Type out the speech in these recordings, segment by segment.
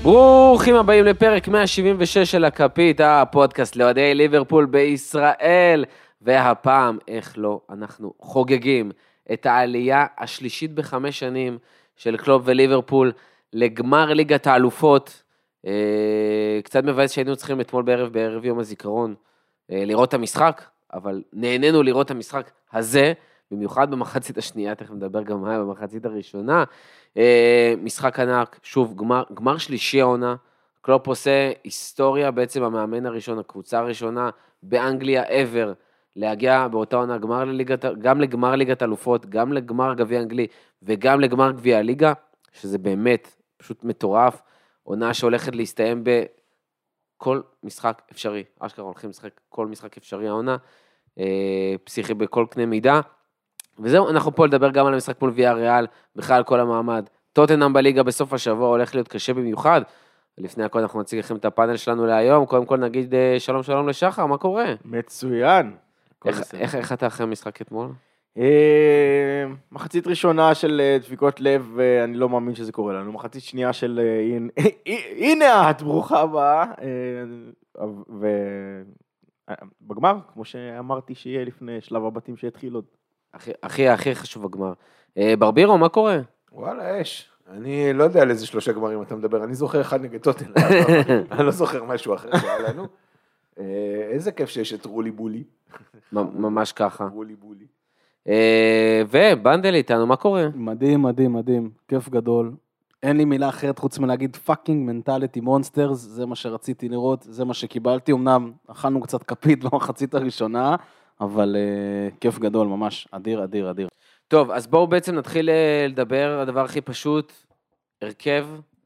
ברוכים הבאים לפרק 176 של הכפית, הפודקאסט לאוהדי ליברפול בישראל, והפעם, איך לא, אנחנו חוגגים את העלייה השלישית ב5 שנים של קלופ וליברפול לגמר ליגת האלופות. קצת מבאס שהיינו צריכים אתמול בערב יום הזיכרון לראות את המשחק, אבל נהנינו לראות את המשחק הזה, במיוחד במחצית השנייה, תכף נדבר גם מה במחצית הראשונה. משחק ענק, שוב, גמר שלישי העונה, קלופ עושה היסטוריה, בעצם המאמן הראשון, הקבוצה הראשונה באנגליה ever, להגיע באותה עונה גם לגמר ליגת אלופות, גם לגמר גביע אנגלי, וגם לגמר גביע הליגה, שזה באמת פשוט מטורף, עונה שהולכת להסתיים בכל משחק אפשרי, אשכרה הולכים לשחק כל משחק אפשרי העונה, פסיכי בכל קנה מידה, וזהו, אנחנו פה לדבר גם על המשחק מול ויאריאל, בכלל כל המעמד. טוטנהאם בליגה בסוף השבוע הולך להיות קשה במיוחד. לפני הכל אנחנו נציג לכם את הפאנל שלנו להיום. קודם כל נגיד שלום לשחר, מה קורה? מצוין. איך אתה אחרי המשחק אתמול? מחצית ראשונה של דפיקות לב, ואני לא מאמין שזה קורה לנו. מחצית שנייה של הנה את, ברוכה הבאה. ובגמר, כמו שאמרתי שיהיה לפני שלב הבתים שהתחיל עוד. הכי חשוב הגמר. ברבירו, מה קורה? וואלה, אש. אני לא יודע על איזה 3 גמרים אתה מדבר, אני זוכר אחד נגד טוטנהאם, אני לא זוכר משהו אחר שהיה לנו. איזה כיף שיש את רולי בולי. ממש ככה. רולי בולי. ובנדל איתנו, מה קורה? מדהים, כיף גדול. אין לי מילה אחרת חוץ מלהגיד פאקינג מנטליטי מונסטרס, זה מה שרציתי לראות, זה מה שקיבלתי, אמנם אכלנו קצת כפית במחצית הראשונה, אבל כיף גדול, ממש, אדיר. טוב, אז בואו בעצם נתחיל לדבר, הדבר הכי פשוט, הרכב,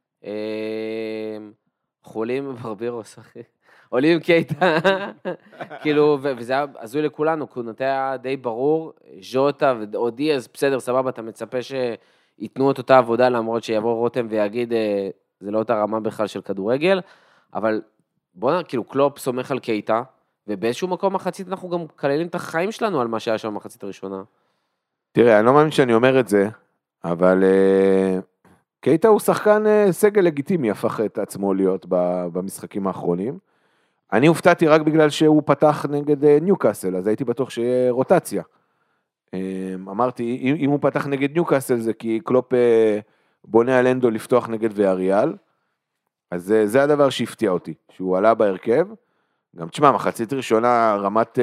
חולים ברבירוס, עולים קייטה, כאילו, וזה היה הזוי לכולנו, כי הוא נתן די ברור, ז'וטה ועודי, אז בסדר, סבבה, אתה מצפה שיתנו את אותה עבודה, למרות שיבוא רותם ויגיד, זה לא אותה רמה בכלל של כדורגל, אבל בואו, כאילו, קלופ סומך על קייטה, ובאיזשהו מקום מחצית אנחנו גם כללים את החיים שלנו על מה שהיה שם במחצית הראשונה. תראה, אני לא מאמין שאני אומר את זה, אבל קייטה הוא שחקן סגל לגיטימי, הפך את עצמו להיות במשחקים האחרונים. אני הופתעתי רק בגלל שהוא פתח נגד ניוקאסל, אז הייתי בטוח שיהיה רוטציה. אמרתי, אם הוא פתח נגד ניוקאסל זה כי קלופ בונה על אנדו לפתוח נגד ויאריאל, אז זה הדבר שהפתיע אותי, שהוא עלה בהרכב, גם תשמע, מחצית ראשונה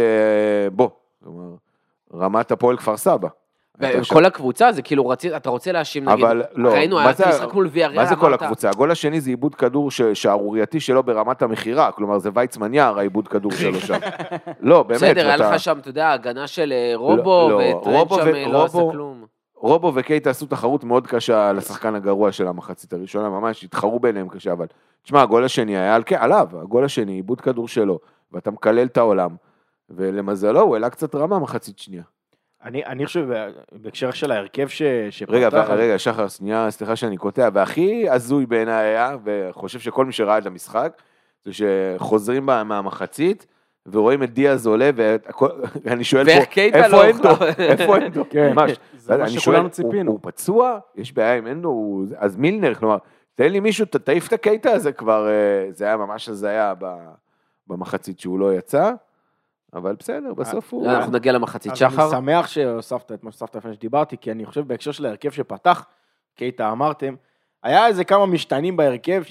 רמת הפועל כפר סבא. וכל הקבוצה, זה כאילו, אתה רוצה להאשים, נגיד, ראינו, היה משחק מול ויאריאל, מה זה כל הקבוצה? הגול השני זה עיבוד כדור שערורייתי שלו ברמת המחירה, כלומר זה וייצמן יער, העיבוד כדור שלו שם. לא, באמת. בסדר, היה לך שם, אתה יודע, הגנה של רובו, וטרנד שם לא עשה כלום. רובו וקייטה עשו תחרות מאוד קשה לשחקן הגרוע של המחצית הראשונה, ממש התחרו ביניהם קשה, אבל תשמע, הגול השני היה עליו, הגול השני, עיבוד כדור שלו, ואתה מקלל את העולם, ולמזלו, הוא העלה קצת רמה מחצית שנייה. אני חושב, בהקשר של ההרכב שפתח... רגע, שחר, סליחה שאני קוטע, והכי הזוי בעיניי היה, וחושב שכל מי שראה את המשחק, זה שחוזרים מהמחצית, ורואים את דיאז עולה, ואני שואל פה, איפה אנדו? ממש. זה מה שכולנו ציפינו. הוא פצוע? יש בעיה עם אנדו? אז מילנר, כלומר, תן לי מישהו, תעיף את הקייטה הזה כבר, זה היה ממש הזיה במחצית שהוא לא יצא, אבל בסדר, בסוף הוא... אנחנו נגיע למחצית שחר. אני שמח שהוספת את מה שהוספת לפני שדיברתי, כי אני חושב בהקשר של ההרכב שפתח, קייטה אמרתם, היה איזה כמה משתנים בהרכב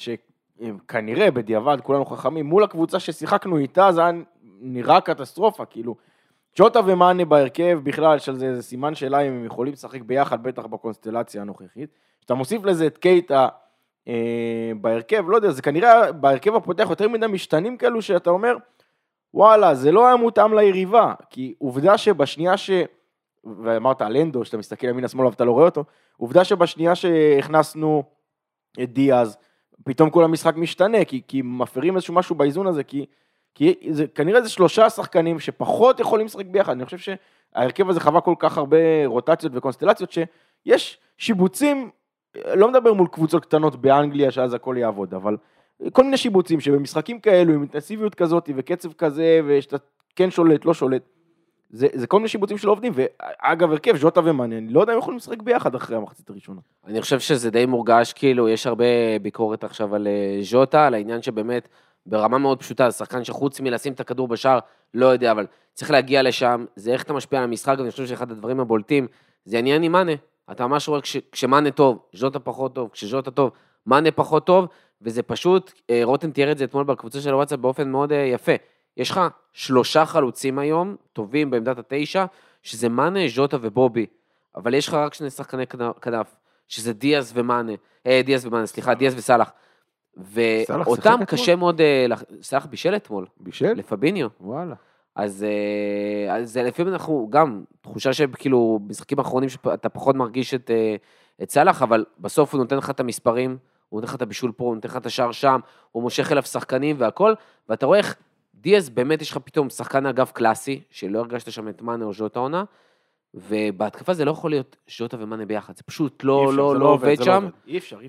שכנראה בדיעבד כולנו חכמים, מול הקבוצה ששיחקנו איתה, זה היה נראה קטסטרופה, כאילו, ג'וטה ומאנה בהרכב בכלל של זה סימן שאלה אם הם יכולים לשחק ביחד, בטח בקונסטלציה הנוכחית. כשאתה מוסיף לזה את קייטה בהרכב, לא יודע, זה כנראה בהרכב הפותח יותר מדי משתנים כאלו שאתה אומר, וואלה, זה לא היה מותאם ליריבה, כי עובדה שבשנייה ואמרת על אנדו, שאתה מסתכל ימין השמאל ואתה לא רואה אותו, עובדה שבשנייה שהכנסנו את דיאז, פתאום כל המשחק משתנה, כי מפרים איזשהו משהו באיזון הזה, כי כנראה זה 3 שחקנים שפחות יכולים לשחק ביחד, אני חושב שההרכב הזה חווה כל כך הרבה רוטציות וקונסטלציות, שיש שיבוצים, לא מדבר מול קבוצות קטנות באנגליה, שאז הכל יעבוד, אבל כל מיני שיבוצים שבמשחקים כאלו, עם אינטנסיביות כזאת וקצב כזה, ושאתה כן שולט, לא שולט, זה כל מיני שיבוצים שלא עובדים, ואגב, הרכב, ז'וטה ומאנה, אני לא יודע אם יכולים לשחק ביחד אחרי המחצית הראשונה. אני חושב שזה די מורגש, כאילו, יש הרבה ביקורת עכשיו על ז'וטה, על העניין שבאמת, ברמה מאוד פשוטה, שחקן שחוץ מלשים את הכדור בשער, לא יודע, אבל צריך להגיע לשם, זה איך אתה משפיע על המשחק, ואני חושב שאחד הדברים הבולטים, זה עניין עם מאנה. אתה ממש רואה כשמאנה טוב, ז'וטה פחות טוב, כשז'וטה טוב, מאנה פחות טוב, וזה פשוט, רותם תיאר את זה אתמול בקבוצה של הוואטסאפ באופן מאוד יפה. יש לך 3 חלוצים היום, טובים בעמדת 9, שזה מאנה, ז'וטה ובובי, אבל יש לך רק 2 שחקני כנף, שזה דיאז ומאנה, דיאז וסלח. ואותם קשה מאוד, סלח בישל אתמול. בישל? לפביניו. וואלה. אז לפעמים אנחנו גם, תחושה שכאילו, במשחקים האחרונים שאתה פחות מרגיש את סלח, אבל בסוף הוא נותן לך את המספרים, הוא נותן לך את הבישול פה, הוא נותן לך את השער שם, הוא מושך אליו שחקנים והכל, ואתה רואה איך דיאז באמת יש לך פתאום שחקן אגב קלאסי, שלא הרגשת שם את מאנה או ז'וטה עונה, ובהתקפה זה לא יכול להיות ז'וטה ומאנה ביחד, זה פשוט לא עובד שם. אי אפשר.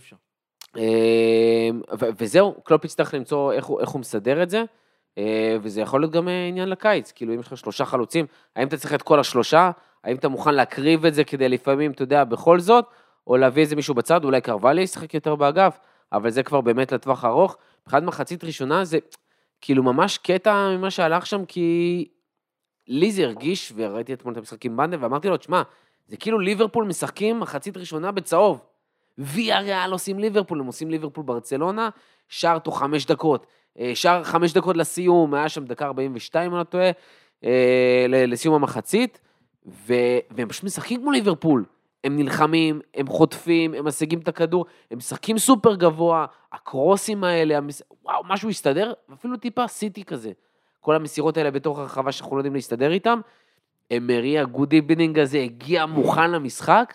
וזהו, קלופ יצטרך למצוא איך הוא מסדר את זה, וזה יכול להיות גם עניין לקיץ, כאילו אם יש לך 3 חלוצים, האם אתה צריך את כל 3, האם אתה מוכן להקריב את זה כדי לפעמים, אתה יודע, בכל זאת, או להביא איזה מישהו בצד, אולי קרוולי ישחק יותר באגף, אבל זה כבר באמת לטווח ארוך. באחד מחצית ראשונה זה כאילו ממש קטע ממה שהלך שם, כי לי זה הרגיש, וראיתי אתמול את המשחקים בנדה, ואמרתי לו, תשמע, זה כאילו ליברפול משחקים מחצית ראשונה בצהוב. ויאריאל עושים ליברפול, הם עושים ליברפול ברצלונה, שער תוך 5 דקות, שער 5 דקות לסיום, היה שם דקה 42, אני לא טועה, לסיום המחצית, והם פשוט משחקים כמו ליברפול, הם נלחמים, הם חוטפים, הם משיגים את הכדור, הם משחקים סופר גבוה, הקרוסים האלה, וואו, משהו יסתדר, ואפילו טיפה סיטי כזה, כל המסירות האלה בתוך הרחבה שאנחנו לא יודעים להסתדר איתם, אמרי הגוד איבנינג הזה הגיע מוכן למשחק,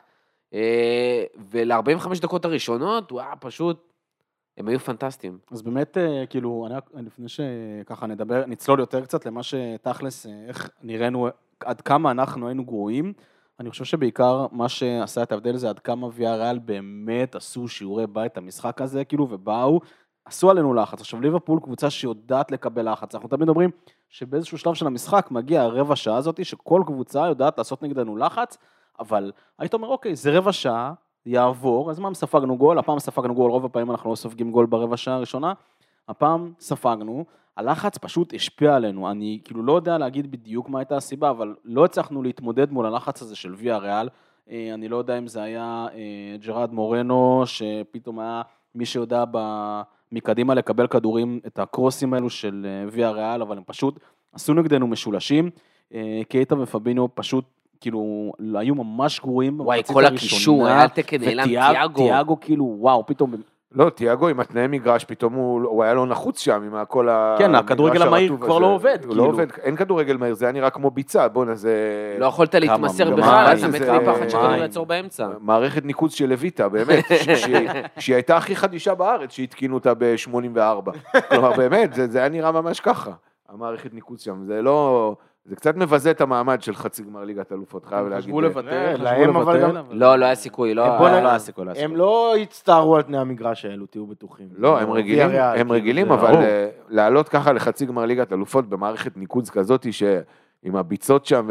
ול-45 דקות הראשונות, וואו, פשוט, הם היו פנטסטיים. אז באמת, כאילו, לפני שככה נצלול יותר קצת למה שתכלס, איך נראינו, עד כמה אנחנו היינו גרועים, אני חושב שבעיקר מה שעשה את ההבדל זה עד כמה ויאריאל באמת עשו שיעורי בית המשחק הזה, כאילו, ובאו, עשו עלינו לחץ. עכשיו, ליברפול קבוצה שיודעת לקבל לחץ. אנחנו תמיד אומרים שבאיזשהו שלב של המשחק מגיע הרבע שעה הזאת, שכל קבוצה יודעת לעשות נגדנו לחץ, אבל היית אומר, אוקיי, זה רבע שעה, יעבור, אז מה ספגנו גול? הפעם ספגנו גול, רוב הפעמים אנחנו לא סופגים גול ברבע שעה הראשונה, הפעם ספגנו, הלחץ פשוט השפיע עלינו, אני כאילו לא יודע להגיד בדיוק מה הייתה הסיבה, אבל לא הצלחנו להתמודד מול הלחץ הזה של ויאריאל, אני לא יודע אם זה היה ג'רארד מורנו, שפתאום היה מי שיודע מקדימה לקבל כדורים, את הקרוסים האלו של ויאריאל, אבל הם פשוט עשו נגדנו משולשים, קייטה ופביניו פשוט כאילו, היו ממש גרועים. וואי, כל הקישור, היה תקן נעלם, תיאגו, כאילו, וואו, פתאום... לא, תיאגו עם התנאי מגרש, פתאום הוא היה לא נחוץ שם, עם כל ה... כן, הכדורגל המהיר כבר לא עובד. הוא לא עובד, אין כדורגל מהיר, זה היה נראה כמו ביצה, בוא נזה... לא יכולת להתמסר בכלל, אתה מת לי פחד שכדור לעצור באמצע. מערכת ניקוז של לויטה, באמת, שהיא הייתה הכי חדישה בארץ, שהתקינו אותה ב-84. כלומר, באמת, זה היה נראה ממש ככה, המערכת ניקוז שם, זה לא... זה קצת מבזה את המעמד של חצי גמר ליגת אלופות, חייב להגיד. חשבו לבטל, לא, לא היה סיכוי, הם לא הצטערו על תנאי המגרש האלו, תהיו בטוחים. לא, הם רגילים, אבל לעלות ככה לחצי גמר ליגת אלופות במערכת ניקוז כזאת, שעם הביצות שם,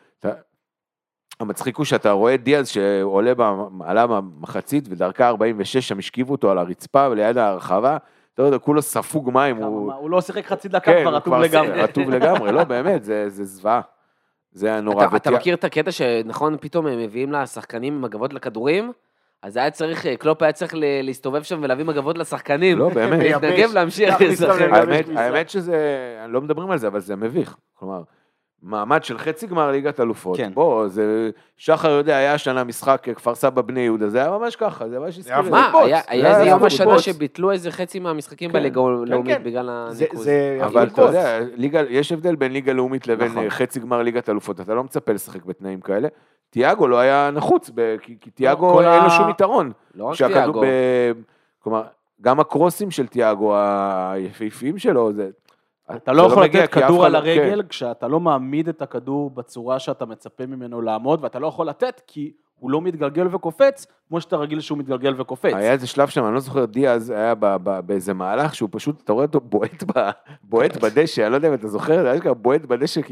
המצחיק הוא שאתה רואה דיאז שעלה במחצית, ודרכה 46, שם השכיבו אותו על הרצפה, וליד הרחבה, אתה יודע, כולו ספוג מים. הוא לא שיחק חצי דקה, כבר רטוב לגמרי. רטוב לגמרי, לא, באמת, זה זוועה. זה היה נורא. אתה מכיר את הקטע שנכון, פתאום הם מביאים לשחקנים מגבות לכדורים, אז היה צריך, קלופ היה צריך להסתובב שם ולהביא מגבות לשחקנים. לא, באמת. להתנגב להמשיך. האמת שזה, לא מדברים על זה, אבל זה מביך. כלומר, מעמד של חצי גמר ליגת אלופות, בוא, זה, שחר יודע, היה שנה משחק כפר סבא בני יהודה, זה היה ממש ככה, זה ממש הזכיר. מה, היה איזה יום השנה שביטלו איזה חצי מהמשחקים בליגה לאומית בגלל הניקוז. אבל אתה יודע, יש הבדל בין ליגה לאומית לבין חצי גמר ליגת אלופות, אתה לא מצפה לשחק בתנאים כאלה, תיאגו לא היה נחוץ, כי תיאגו אין לו שום יתרון. לא רק תיאגו. כלומר, גם הקרוסים של תיאגו, היפהפיים שלו, זה... אתה לא יכול לתת כדור על הרגל, כשאתה לא מעמיד את הכדור בצורה שאתה מצפה ממנו לעמוד, ואתה לא יכול לתת כי הוא לא מתגלגל וקופץ, כמו שאתה רגיל שהוא מתגלגל וקופץ. היה איזה שלב שם, אני לא זוכר, דיאז היה באיזה מהלך, שהוא פשוט, אתה רואה אותו בועט בדשא, אני לא יודע אם אתה זוכר, היה בועט בדשא, כי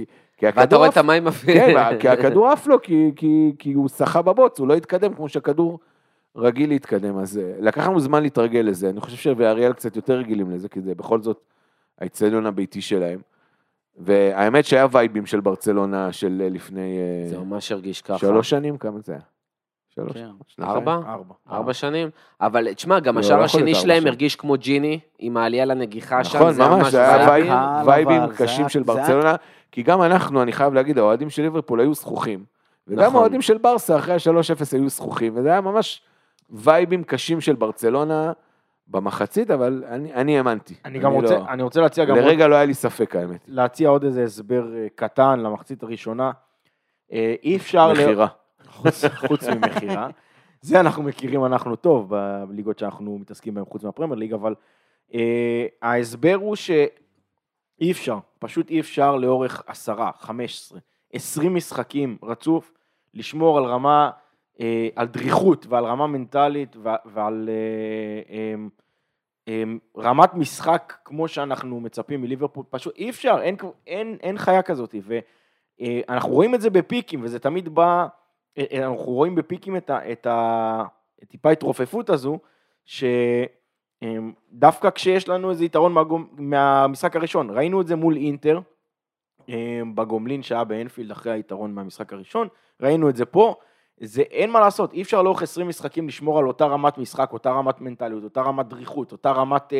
ואתה רואה את המים אפילו. כן, כי הכדור עף לו, כי הוא שחה בבוץ, הוא לא התקדם כמו שהכדור רגיל להתקדם, אז לקח לנו זמן להתרגל לזה, אני חושב שאריאל קצת יותר רגילים לזה, כי זה בכל זאת האצטדיון הביתי שלהם, והאמת שהיה וייבים של ברצלונה של לפני... זה ממש הרגיש ככה. 3 שנים, כמה זה היה? 4? 4 שנים, אבל תשמע, גם לא, השער לא יכול השני להיות שלהם 4 הרגיש כמו ג'יני, עם העלייה לנגיחה שם, נכון, ממש, זה היה קהל, וייבים אבל קשים זה של היה- ברצלונה, כי גם אנחנו, אני חייב להגיד, האוהדים של ליברפול היו זכוכים, וגם נכון. האוהדים של ברסה אחרי ה-3-0 היו זכוכים, וזה היה ממש וייבים קשים של ברצלונה במחצית, אבל אני האמנתי. אני רוצה להציע גם לרגע לא היה לי ספק, האמת. להציע עוד איזה הסבר קטן למחצית הראשונה. אי אפשר... מחירה. חוץ ממחירה. זה אנחנו מכירים, אנחנו טוב, בליגות שאנחנו מתעסקים בהן חוץ מהפרמייר ליג, אבל ההסבר הוא שאי אפשר, פשוט אי אפשר לאורך 10, 15, 20 משחקים רצוף, לשמור על רמה, על דריכות ועל רמה מנטלית ועל רמת משחק כמו שאנחנו מצפים מליברפול, פשוט אי אפשר, אין חיה כזאת, ואנחנו רואים את זה בפיקים, וזה תמיד בא, אנחנו רואים בפיקים את טיפה התרופפות הזו, שדווקא כשיש לנו איזה יתרון מהמשחק הראשון, ראינו את זה מול אינטר, בגומלין שהיה באנפילד אחרי היתרון מהמשחק הראשון, ראינו את זה פה, אין מה לעשות, אי אפשר לאורך 20 משחקים לשמור על אותה רמת משחק, אותה רמת מנטליות, אותה רמת דריכות, אותה רמת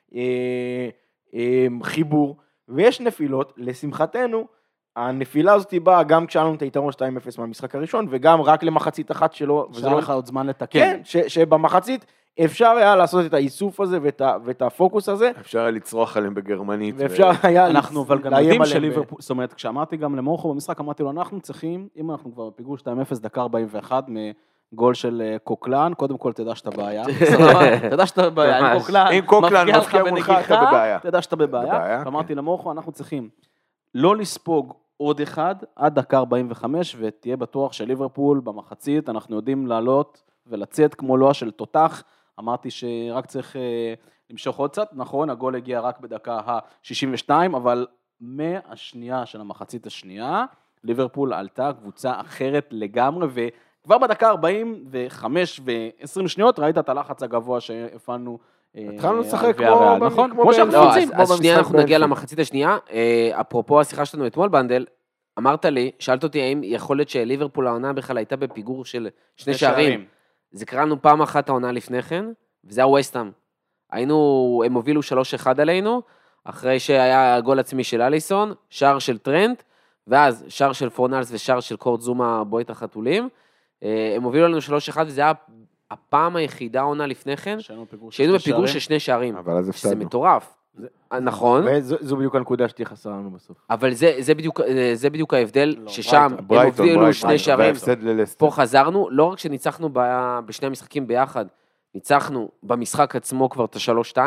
חיבור, ויש נפילות, לשמחתנו, הנפילה הזאת באה גם כשהיה לנו את היתרון 2-0 מהמשחק הראשון, וגם רק למחצית אחת שלו. וזה לא לך עוד זמן לתקן. כן, שבמחצית אפשר היה לעשות את האיסוף הזה ואת הפוקוס הזה. אפשר היה לצרוח עליהם בגרמנית. ואפשר היה אנחנו אבל גם יודעים שליברפול, זאת אומרת, כשאמרתי גם למורכו במשחק, אמרתי לו, אנחנו צריכים, אם אנחנו כבר בפיגור 2-0 דקה 41 מגול של קוקלן, קודם כל תדע שאתה בעיה. תדע שאתה בבעיה, אם קוקלן מפקיע מולך, אתה בבעיה. תדע שאתה בבעיה. ואמרתי למורכו, אנחנו צריכים לא לספוג עוד אחד עד דקה 45, ותהיה בטוח שליברפול במחצית, אנחנו יודעים לעלות ולצאת כמו לוע של תותח. אמרתי שרק צריך למשוך עוד קצת, נכון, הגול הגיע רק בדקה ה-62, אבל מהשנייה של המחצית השנייה, ליברפול עלתה קבוצה אחרת לגמרי, וכבר בדקה 45 ו-20 שניות, ראית את הלחץ הגבוה שהפעלנו. התחלנו לשחק כמו שאנחנו רוצים. אז שנייה אנחנו נגיע למחצית השנייה, אפרופו השיחה שלנו אתמול בנדל, אמרת לי, שאלת אותי האם יכול להיות שליברפול העונה בכלל הייתה בפיגור של 2 שערים. זה קראנו פעם אחת העונה לפני כן, וזה היה ווסטהאם. הם הובילו 3-1 עלינו, אחרי שהיה גול עצמי של אליסון, שער של טרנט, ואז שער של פורנלס ושער של קורט זומה בועט החתולים. הם הובילו לנו 3-1, וזה היה הפעם היחידה העונה לפני כן, שהיינו בפיגור של 2 שערים. אבל אז הפסדנו. שזה מטורף. נכון. וזו בדיוק הנקודה שתהיה חסרה לנו בסוף. אבל זה בדיוק ההבדל, ששם הם הובילו 2 שערים, פה חזרנו, לא רק שניצחנו בשני המשחקים ביחד, ניצחנו במשחק עצמו כבר את ה-3-2,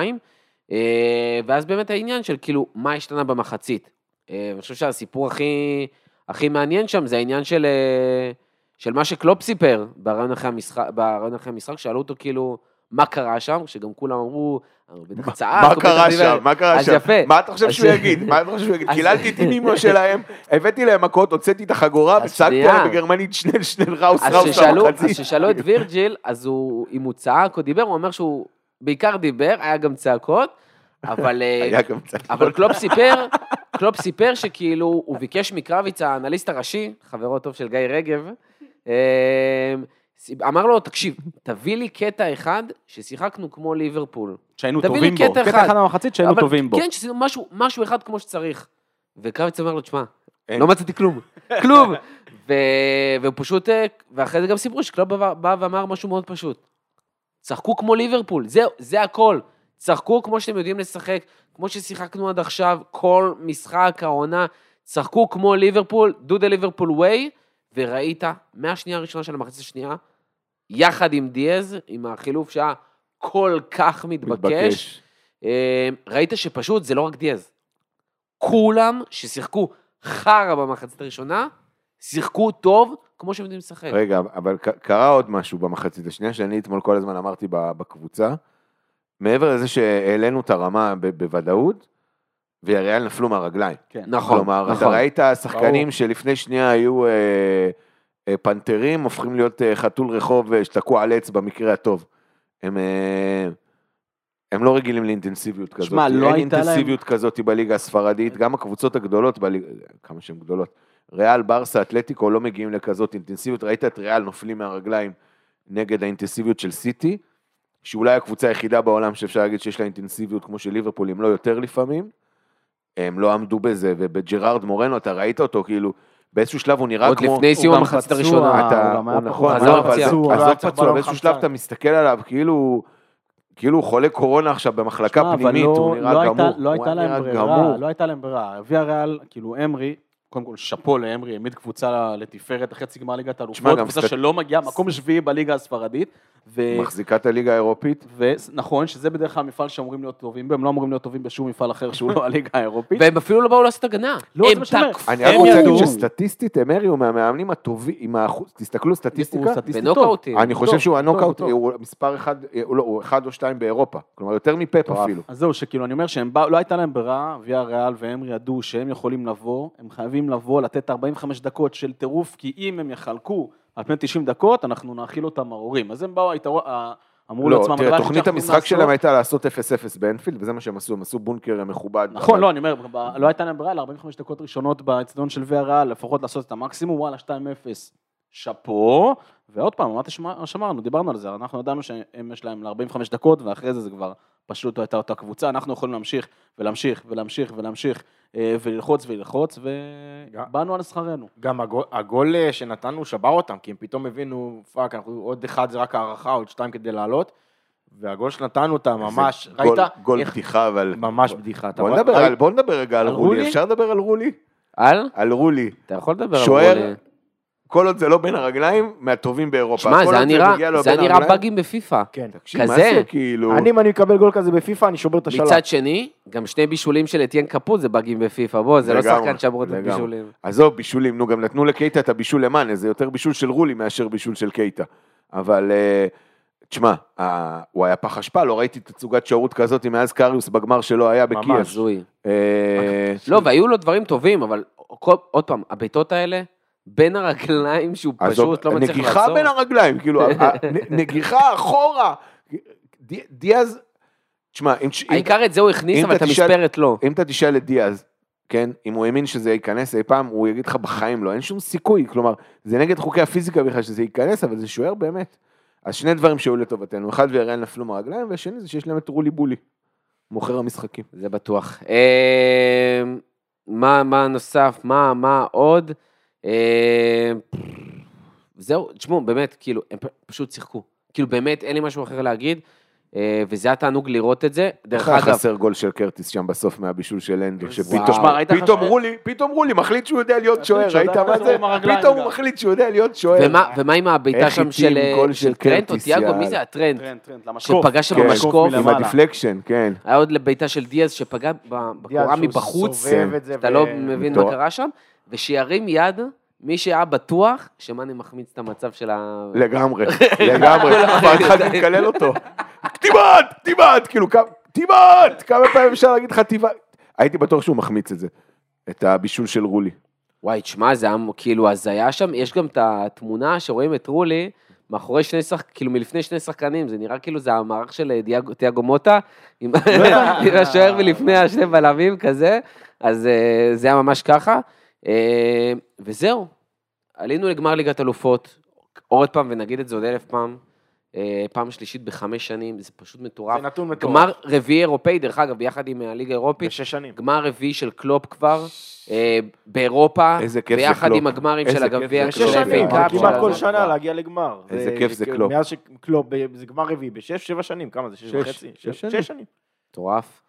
ואז באמת העניין של כאילו, מה השתנה במחצית. אני חושב שהסיפור הכי מעניין שם, זה העניין של מה שקלופ סיפר ברעיון אחרי המשחק, שאלו אותו כאילו, מה קרה שם, שגם כולם אמרו, בטח צעק. מה קרה שם? מה קרה שם? יפה. מה אתה חושב שהוא יגיד? קיללתי את אינימו שלהם, הבאתי להם מכות, הוצאתי את החגורה, וצעקתי להם בגרמנית שנל ראוס אז ששאלו את וירג'יל, אז אם הוא צעק או דיבר, הוא אומר שהוא בעיקר דיבר, היה גם צעקות, אבל קלופ סיפר שכאילו, הוא ביקש מקרביץ, האנליסט הראשי, חברו טוב של גיא רגב, אמר לו, תקשיב, תביא לי קטע אחד ששיחקנו כמו ליברפול. שהיינו טובים בו. קטע אחד מהמחצית שהיינו טובים בו. כן, שזה משהו אחד כמו שצריך. וקרביץ אומר לו, תשמע, לא מצאתי כלום. כלום. והוא פשוט, ואחרי זה גם סיפרו שקלופ בא ואמר משהו מאוד פשוט. צחקו כמו ליברפול, זה הכל. צחקו כמו שאתם יודעים לשחק, כמו ששיחקנו עד עכשיו, כל משחק, העונה, צחקו כמו ליברפול, do the Liverpool way, וראית, מהשנייה הראשונה של המחצית השנייה, יחד עם דיאז, עם החילוף שהיה כל כך מתבקש, ראית שפשוט זה לא רק דיאז. כולם ששיחקו חרה במחצית הראשונה, שיחקו טוב, כמו שהם יודעים לשחק. רגע, אבל קרה עוד משהו במחצית השנייה, שאני אתמול כל הזמן אמרתי בקבוצה, מעבר לזה שהעלינו את הרמה בוודאות, ויריאל נפלו מהרגליים. כן. נכון, כלומר, אתה נכון. ראית שחקנים שלפני שנייה היו פנתרים, הופכים להיות חתול רחוב שתקוע על עץ במקרה הטוב. הם לא רגילים לאינטנסיביות כזאת. שמע, לא אין הייתה להם... אינטנסיביות כזאת בליגה הספרדית, גם הקבוצות הגדולות, כמה שהן גדולות, ריאל, ברסה, אתלטיקו לא מגיעים לכזאת אינטנסיביות, ראית את ריאל נופלים מהרגליים נגד האינטנסיביות של סיטי, שאולי הקבוצה היחידה בעולם שאפשר להגיד שיש לה אינטנסיביות כמו של ליברפול, אם לא יותר לפעמים, הם לא עמדו בזה, ובג'רארד מורנו, אתה ראית אותו, כאילו, באיזשהו שלב הוא נראה כמו... עוד לפני סיום המחצית הראשונה. נכון, עזוב פצוע, באיזשהו שלב אתה מסתכל עליו, כאילו הוא חולה קורונה עכשיו במחלקה פנימית, הוא נראה גמור. לא הייתה להם ברירה, הביאה ריאל, כאילו אמרי, קודם כל שפו לאמרי, העמיד קבוצה לתפארת החצי גמר ליגת האלופות, קבוצה שלא מגיעה, מקום שביעי בליגה הספרדית. מחזיקת הליגה האירופית. ונכון, שזה בדרך כלל מפעל שאמורים להיות טובים בהם, לא אמורים להיות טובים בשום מפעל אחר שהוא לא הליגה האירופית. והם אפילו לא באו לעשות הגנה. הם תקפו. אני רק רוצה להגיד שסטטיסטית, אמרי הוא מהמאמנים הטובים, עם האחוז, תסתכלו סטטיסטיקה, בנוקאוטים. אני חושב שהוא הנוקאוט, הוא מספר אחד, הוא 1 או 2 באירופה, כלומר יותר מפפ אפילו. אז זהו, שכאילו אני אומר שהם באו, לא הייתה להם ברירה, ויה ריאל ואמרי ידעו שהם יכולים לבוא, הם חייבים לבוא, לתת 45 דקות של טירוף, כי אם הם יחלקו על פני 90 דקות, אנחנו נאכיל אותם מרורים. אז הם באו, אמרו לעצמם... לא, תראה, תוכנית המשחק שלהם הייתה לעשות 0-0 באנפילד, וזה מה שהם עשו, הם עשו בונקר מכובד. נכון, לא, אני אומר, לא הייתה להם ברירה, ל-45 דקות ראשונות באצטדיון של ויה ריאל, לפחות לעשות את המקסימום, וואלה, 2-0, שפו, ועוד פעם, מה שאמרנו, דיברנו על זה, אנחנו ידענו שהם יש להם ל-45 דקות, ואחרי זה כבר פשוט הייתה אותה קבוצה, אנחנו יכולים להמשיך ולהמשיך ולהמשיך ולהמשיך וללחוץ וללחוץ, ובאנו על שכרנו. גם הגול שנתנו שבר אותם, כי הם פתאום הבינו, פאק, עוד אחד זה רק הערכה, עוד 2 כדי לעלות, והגול שנתנו אותם ממש, ראית? גול בדיחה, אבל... ממש בדיחה. בוא נדבר רגע על רולי, אפשר לדבר על רולי? על רולי. אתה יכול לדבר על שוער, רולי. כל עוד זה לא בין הרגליים, מהטובים באירופה. שמע, זה נראה באגים בפיפה. כן. תקשיב, מה זה כאילו... אם אני מקבל גול כזה בפיפה, אני שובר את השלב. מצד שני, גם 2 בישולים של אתיין קפוט זה באגים בפיפה, בוא, זה לא שחקן שברות את בישולים. עזוב, בישולים, נו, גם נתנו לקייטה את הבישול למאנה, זה יותר בישול של רולי מאשר בישול של קייטה. אבל, תשמע, הוא היה פח אשפה, לא ראיתי תצוגת שערות כזאת מאז קריוס בגמר שלו היה בקייב. ממש, זוי. לא, והיו לו דברים טובים, אבל עוד פעם, הביתות האלה, בין הרגליים שהוא פשוט לא מצליח לעצור. נגיחה בין הרגליים, כאילו, נגיחה אחורה. דיאז, תשמע, העיקר את זה הוא הכניס, אבל את המספרת לא. אם אתה תשאל את דיאז, כן, אם הוא האמין שזה ייכנס אי פעם, הוא יגיד לך בחיים לא, אין שום סיכוי, כלומר, זה נגד חוקי הפיזיקה בכלל שזה ייכנס, אבל זה שוער באמת. אז 2 דברים שהיו לטובתנו, אחד ויריאל נפלו מהרגליים, והשני זה שיש להם את רולי בולי, מוכר המשחקים. זה בטוח. מה נוסף, מה עוד? זהו, תשמעו, באמת, כאילו, הם פשוט שיחקו. כאילו, באמת, אין לי משהו אחר להגיד, וזה התענוג לראות את זה. דרך אגב... חסר גול של קרטיס שם בסוף מהבישול של אנדו, שפתאום רולי מחליט שהוא יודע להיות שוער, ראית מה זה? פתאום הוא מחליט שהוא יודע להיות שוער. ומה עם הביתה שם של טרנט או טיאגו? מי זה הטרנט? שפגע שם במשקוף. עם הדיפלקשן, כן. היה עוד לביתה של דיאז שפגע בקורה מבחוץ, אתה לא מבין מה קרה שם, ושירים יד, מי שהיה בטוח, שמאני מחמיץ את המצב של ה... לגמרי, כבר התחלתי לקלל אותו. כתיבת, כאילו, כמה פעמים אפשר להגיד לך כתיבת? הייתי בטוח שהוא מחמיץ את זה, את הבישול של רולי. וואי, תשמע, זה היה כאילו, אז היה שם, יש גם את התמונה שרואים את רולי, מאחורי כאילו מלפני 2 שחקנים, זה נראה כאילו זה המערך של טיאגו מוטה, עם השוער מלפני 2 בלמים כזה, אז זה היה ממש ככה. וזהו, עלינו לגמר ליגת אלופות, עוד פעם ונגיד את זה עוד 1000 פעם, פעם שלישית ב5 שנים, זה פשוט מטורף. זה נתון מטורף. גמר רביעי אירופאי, דרך אגב, ביחד עם הליגה האירופית. ב6 שנים. גמר רביעי של קלופ כבר, באירופה, ביחד עם הגמרים של הגביע. ב6 שנים, כמעט כל שנה להגיע לגמר. איזה כיף זה קלופ. מאז שקלופ, זה גמר רביעי, ב6-7 שנים, כמה זה? 6 שנים. מטורף.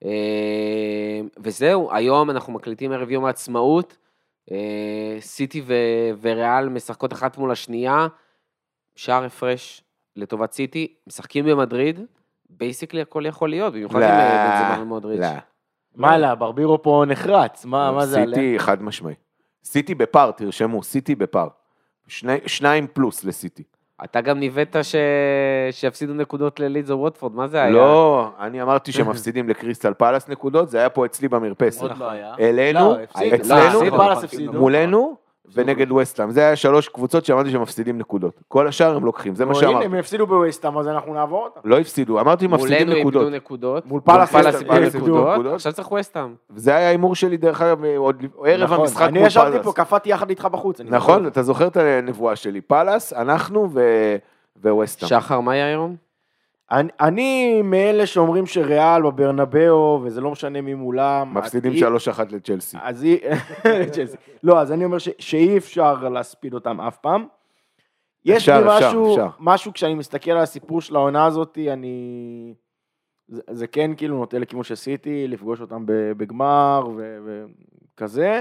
וזהו, היום אנחנו מקליטים ערב יום העצמאות, סיטי וריאל משחקות אחת מול השנייה, שער הפרש לטובת סיטי, משחקים במדריד, בייסיקלי הכל יכול להיות, במיוחד עם בנזמה ומודריץ'. מה לה, ברבירו פה נחרץ, מה זה עליה? סיטי חד משמעי. סיטי בפאר, תרשמו, סיטי בפאר. 2+ לסיטי. אתה גם ניווית שיפסידו נקודות ללידס או ווטפורד, מה זה היה? לא, אני אמרתי שמפסידים לקריסטל פלאס נקודות, זה היה פה אצלי במרפסת. עוד לא היה. אלינו, הפסידו, פלאס הפסידו. מולנו, ונגד ווסטהאם. זה היה 3 קבוצות שאמרתי שמפסידים נקודות. כל השאר הם לוקחים, זה מה הנה, שאמרתי. הם הפסידו בווסטהאם, אז אנחנו נעבור אותם. לא הפסידו, אמרתי מפסידים מולנו נקודות. איבדו נקודות. מול פלאס איבדו איבדו נקודות. עכשיו צריך ווסטהאם. זה היה ההימור שלי דרך אגב, עוד ערב נכון, המשחק אני מול ישבתי פלאס. פה, קפאתי יחד איתך בחוץ. אני נכון, זוכר. אתה זוכר את הנבואה שלי. פלאס, אנחנו וווסטהאם. שחר, מה היה היום? אני מאלה שאומרים שריאל בברנבאו, וזה לא משנה מי מולם. מפסידים 3-1 לצ'לסי. אז היא... לא, אז אני אומר שאי אפשר להספיד אותם אף פעם. יש לי משהו, כשאני מסתכל על הסיפור של העונה הזאת, זה כן כאילו נוטה לכיוון שעשיתי, לפגוש אותם בגמר וכזה.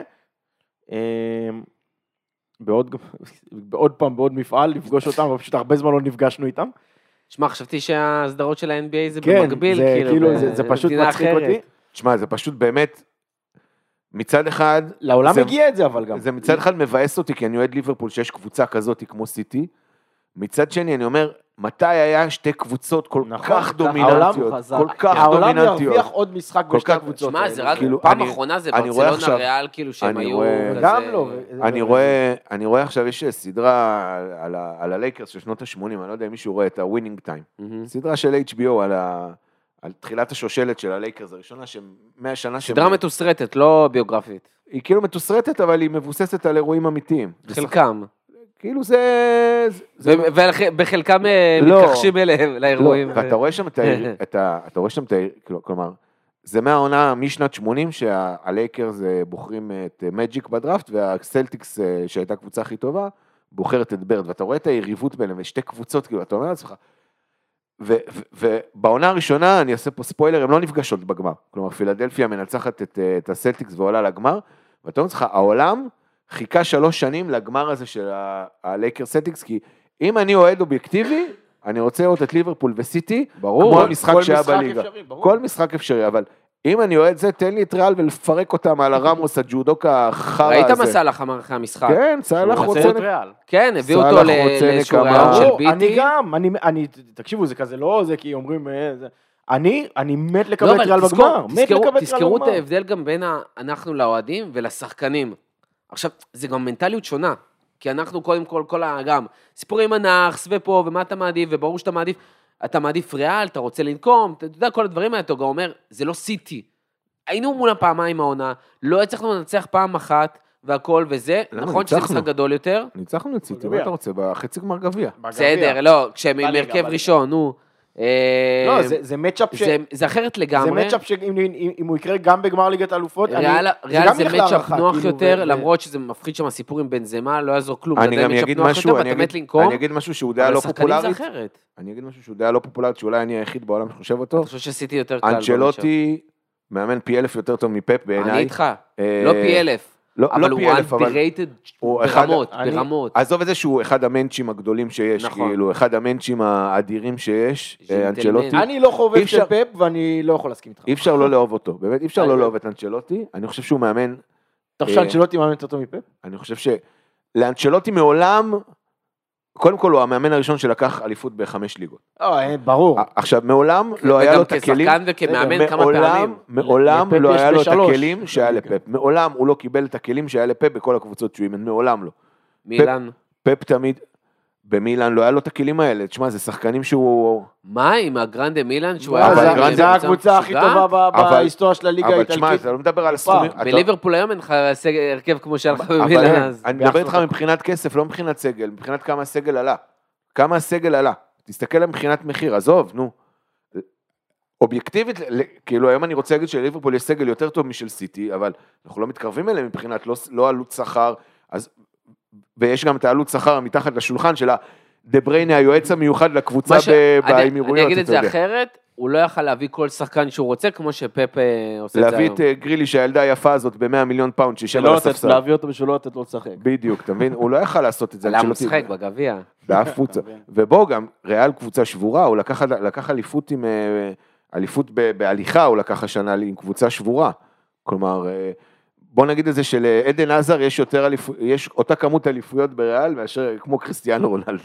בעוד פעם, בעוד מפעל, לפגוש אותם, ופשוט הרבה זמן לא נפגשנו איתם. שמע, חשבתי שהסדרות של ה-NBA זה כן, במקביל, זה פשוט מצחיק אותי. תשמע, זה פשוט באמת, מצד אחד... לעולם הגיע את זה אבל גם. זה מצד אחד מבאס אותי, כי אני אוהד ליברפול שיש קבוצה כזאת כמו סיטי. מצד שני, אני אומר, מתי היה 2 קבוצות כל כך דומיננטיות? כל כך העולם דומיננטיות. ירוויח עוד משחק בשתי הקבוצות. שמע, זה רק כאילו, פעם אחרונה, זה אני רואה ברצלונה עכשיו- ריאל, כאילו שהם אני היו... רואה- כזה- גם לא. אני רואה עכשיו, יש סדרה על הלייקרס של שנות ה-80, אני לא יודע אם מישהו רואה את ה-Winning Time. מהמם. סדרה של HBO על תחילת השושלת של הלייקרס הראשונה, מהשנה סדרה מתוסרטת, לא ביוגרפית. היא כאילו מתוסרטת, אבל היא מבוססת על אירועים אמיתיים. חלקם. כאילו זה... ובחלקם לא. מתכחשים אליהם, לאירועים. ואתה רואה שם אתה רואה שם כלומר, זה מהעונה משנת 80 שהלייקרס בוחרים את מג'יק בדראפט, והסלטיקס שהייתה הקבוצה הכי טובה, בוחרת את ברד, ואתה רואה את היריבות ביניהם, ושתי קבוצות, כאילו, אתה אומר לעצמך, ובעונה הראשונה, אני אעשה פה ספוילר, הם לא נפגשות בגמר, כלומר, פילדלפיה מנצחת את הסלטיקס ועולה לגמר, ואתה אומר לעצמך, העולם חיכה 3 שנים לגמר הזה של הלייקר סלטיקס, כי אם אני אוהד אובייקטיבי, אני רוצה לראות את ליברפול וסיטי, כמו המשחק שהיה בליגה. כל משחק אפשרי, אבל אם אני אוהד זה, תן לי את ריאל ולפרק אותם על הרמוס, הג'ודוק החרא הזה. ראית מה סלח אמר אחרי המשחק? כן, סלח רוצה... כן, הביאו אותו לאיזשהו רעיון של ביטי. אני גם, תקשיבו, זה כזה לא זה, כי אומרים... אני מת לקבל את ריאל בגמר. תזכרו את ההבדל גם בין אנחנו לאוהדים ולשחקנים. עכשיו, זה גם מנטליות שונה. כי אנחנו קודם כל גם סיפורים הנאחס ופה, ומה אתה מעדיף, וברור שאתה מעדיף, אתה מעדיף ריאל, אתה רוצה לנקום, אתה יודע, כל הדברים האלה, אתה גם אומר, זה לא סיטי. היינו מול הפעמיים העונה, לא הצלחנו לנצח פעם אחת, והכל וזה, נכון שזה משחק גדול יותר? ניצחנו את סיטי, מה אתה רוצה? בחצי גמר גביע. בסדר, לא, כשהם עם הרכב ראשון, נו. לא, זה מצ'אפ זה אחרת לגמרי. זה מצ'אפ שאם הוא יקרה גם בגמר ליגת האלופות, ריאל זה מצ'אפ נוח יותר, למרות שזה מפחיד שם הסיפור עם בנזמה, לא יעזור כלום. אני גם אגיד משהו, אני אגיד משהו שהוא דעה לא פופולרית. אני אגיד משהו שהוא דעה לא פופולרית, שאולי אני היחיד בעולם שחושב אותו. אני חושב שעשיתי יותר קל. אנצ'לוטי מאמן פי 1000 יותר טוב מפפ בעיניי. אני איתך, לא פי 1000. אבל הוא underrated ברמות. עזוב את זה שהוא אחד המנצ'ים הגדולים שיש, כאילו, אחד המנצ'ים האדירים שיש, אנצ'לוטי. אני לא חובב של פפ ואני לא יכול להסכים איתך. אי אפשר לא לאהוב אותו, באמת, אי אפשר לא לאהוב את אנצ'לוטי, אני חושב שהוא מאמן... אתה חושב שאנצ'לוטי מאמן יותר טוב מפפ? אני חושב שלאנצ'לוטי מעולם, קודם כל הוא המאמן הראשון שלקח אליפות ב5 ליגות. ברור. עכשיו, מעולם לא היה לו את הכלים... וגם כשחקן וכמאמן כמה פעמים. מעולם לא היה לו את הכלים שהיה לפפ. מעולם הוא לא קיבל את הכלים שהיה לפפ בכל הקבוצות שהוא אימן, מעולם לא. מילאן. פפ תמיד, במילאן לא היה לו את הכלים האלה. תשמע, זה שחקנים שהוא... מה, עם הגרנדה מילאן? זה הקבוצה הכי טובה בהיסטוריה של הליגה האיטלקית. אבל תשמע, אתה לא מדבר על הסכומים... בליברפול היום אין לך הרכב כמו שהיה לך במילאן. אני מדבר איתך מבחינת כסף, לא מבחינת סגל, מבחינת כמה הסגל עלה. כמה הסגל עלה. תסתכל על מבחינת מחיר, עזוב, נו. אובייקטיבית, כאילו היום אני רוצה להגיד שלליברפול יש סגל יותר טוב משל סיטי, אבל אנחנו לא מתקרבים אליהם מבחינת לא עלות שכר, ויש גם את העלות שכר מתחת לשולחן של דה בריינה, היועץ המיוחד לקבוצה באמירויות. אני אגיד את זה אחרת, הוא לא יכל להביא כל שחקן שהוא רוצה, כמו שפפ עושה את זה היום. להביא את גרילי, שהילדה היפה הזאת ב100 מיליון פאונד, שישב על הספסל. להביא אותו בשביל לא לתת לו לשחק. בדיוק, אתה מבין? הוא לא יכל לעשות את זה. למה הוא משחק בגביע? בהפוצה. ובוא גם, ריאל קבוצה שבורה, הוא לקח אליפות עם... אליפות בהליכה, הוא לקח השנה עם קבוצה שבורה. כלומר, בוא נגיד את זה שלעדן עזר יש אותה כמות אליפויות בריאל, מאשר כמו קריסטיאנו רונלדו.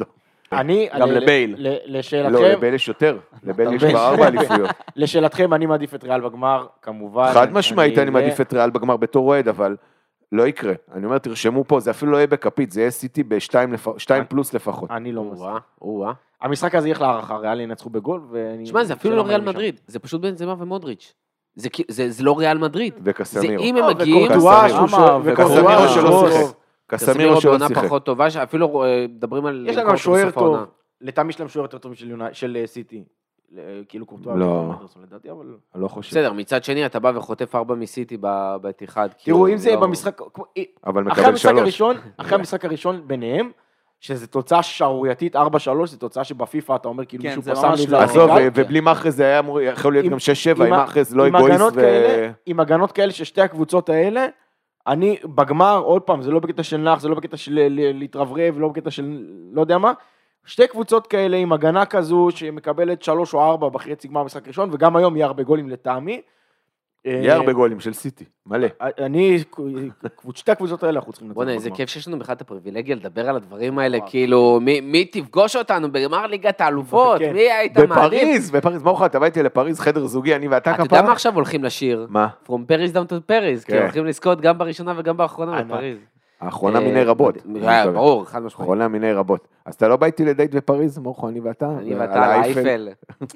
אני, גם לבייל. לא, לשאלתכם, לבייל יש יותר. לבייל יש כבר 4 אליפויות. לשאלתכם, אני מעדיף את ריאל בגמר, כמובן. חד משמעית אני מעדיף את ריאל בגמר בתור אוהד, אבל לא יקרה. אני אומר, תרשמו פה, זה אפילו לא יהיה בכפית, זה יהיה סיטי ב-2 פלוס לפחות. אני לא מסכים. או-אה. המשחק הזה ילך להערכה, ריאל ינצחו בגול, תשמע, זה אפילו לא ריאל מדריד, זה פשוט בנזמה ומודריץ'. זה לא ריאל מדריד. זה וקסמירו. אם הם מגיעים... וקסמירו שלא שיחק. קסמירו שלא בעונה שיחק. פחות טובה, שאפילו מדברים על... יש להם גם שוער טוב, לטעמי יש להם שוער יותר טוב של סיטי. כאילו קורטואה, לא. לדעתי, אבל... אני לא חושב. בסדר, מצד שני, אתה בא וחוטף 4 מסיטי באתיחד. תראו, אם זה במשחק... אבל אחרי מקבל 3. המשחק הראשון ביניהם, שזו תוצאה שערורייתית 4-3, זו תוצאה שבפיפה אתה אומר כאילו כן, מישהו זה פסם ממש לי לא. עזוב, ורטיקל. ובלי מאחז זה היה אמור, יכול להיות עם- גם 6-7, אם עם מאחז לא עם אגואיסט הגנות כאלה, עם הגנות כאלה ששתי הקבוצות האלה, אני בגמר, עוד פעם, זה לא בקטע של נח, זה לא בקטע של להתרברב, לא בקטע של לא יודע מה, שתי קבוצות כאלה עם הגנה כזו שמקבלת 3 או 4 בחצי גמר משחק ראשון, וגם היום יהיה הרבה גולים לטעמי. יהיה הרבה גולים של סיטי, מלא. שתי הקבוצות האלה אנחנו צריכים לצאת בוא'נה, איזה כיף שיש לנו בכלל את הפריבילגיה לדבר על הדברים האלה, כאילו, מי תפגוש אותנו בגמר ליגת האלופות? כן. מי היית מעדיף? בפריז, מה אוכל, אתה באתי לפריז, חדר זוגי, אני ואתה אתה יודע כפרה? מה עכשיו הולכים לשיר? מה? From Paris down to Paris, כי כן. הולכים לזכות גם בראשונה וגם באחרונה ענק. בפריז. האחרונה מיני רבות. ברור, חד משמעית. האחרונה מיני רבות. אז אתה לא בא איתי לדייט בפריז, מורכו, אני ואתה? אני ואתה על האייפל.